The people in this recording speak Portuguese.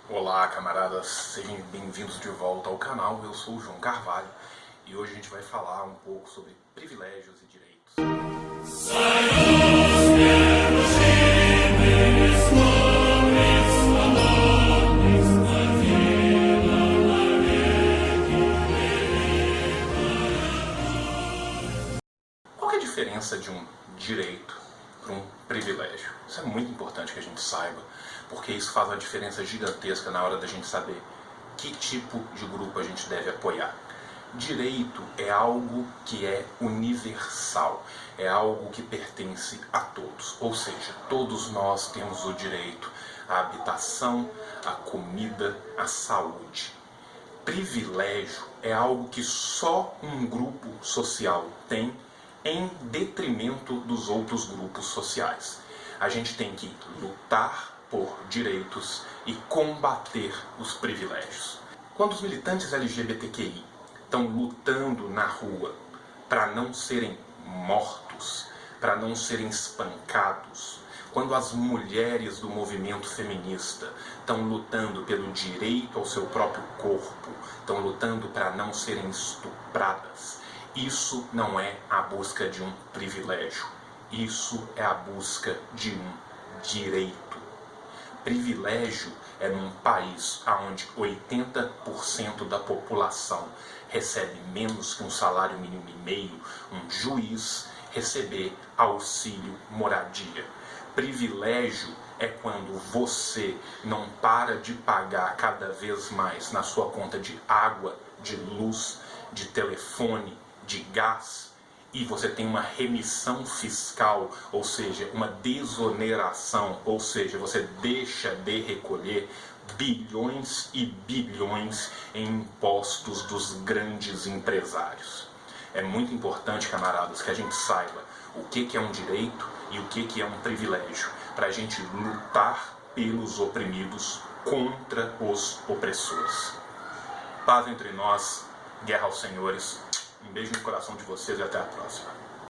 Olá, camaradas, sejam bem-vindos de volta ao canal. Eu sou o João Carvalho e hoje a gente vai falar um pouco sobre privilégios e direitos. Qual que é a diferença de um direito para um privilégio? Isso é muito importante que a gente saiba, porque isso faz uma diferença gigantesca na hora da gente saber que tipo de grupo a gente deve apoiar. Direito é algo que é universal, é algo que pertence a todos, ou seja, todos nós temos o direito à habitação, à comida, à saúde. Privilégio é algo que só um grupo social tem em detrimento dos outros grupos sociais. A gente tem que lutar por direitos e combater os privilégios. Quando os militantes LGBTQI estão lutando na rua para não serem mortos, para não serem espancados, quando as mulheres do movimento feminista estão lutando pelo direito ao seu próprio corpo, estão lutando para não serem estupradas, isso não é a busca de um privilégio, isso é a busca de um direito. Privilégio é num país onde 80% da população recebe menos que um salário mínimo e meio, um juiz receber auxílio moradia. Privilégio é quando você não para de pagar cada vez mais na sua conta de água, de luz, de telefone, de gás, e você tem uma remissão fiscal, ou seja, uma desoneração, ou seja, você deixa de recolher bilhões e bilhões em impostos dos grandes empresários. É muito importante, camaradas, que a gente saiba o que é um direito e o que é um privilégio, para a gente lutar pelos oprimidos contra os opressores. Paz entre nós, guerra aos senhores. Um beijo no coração de vocês e até a próxima.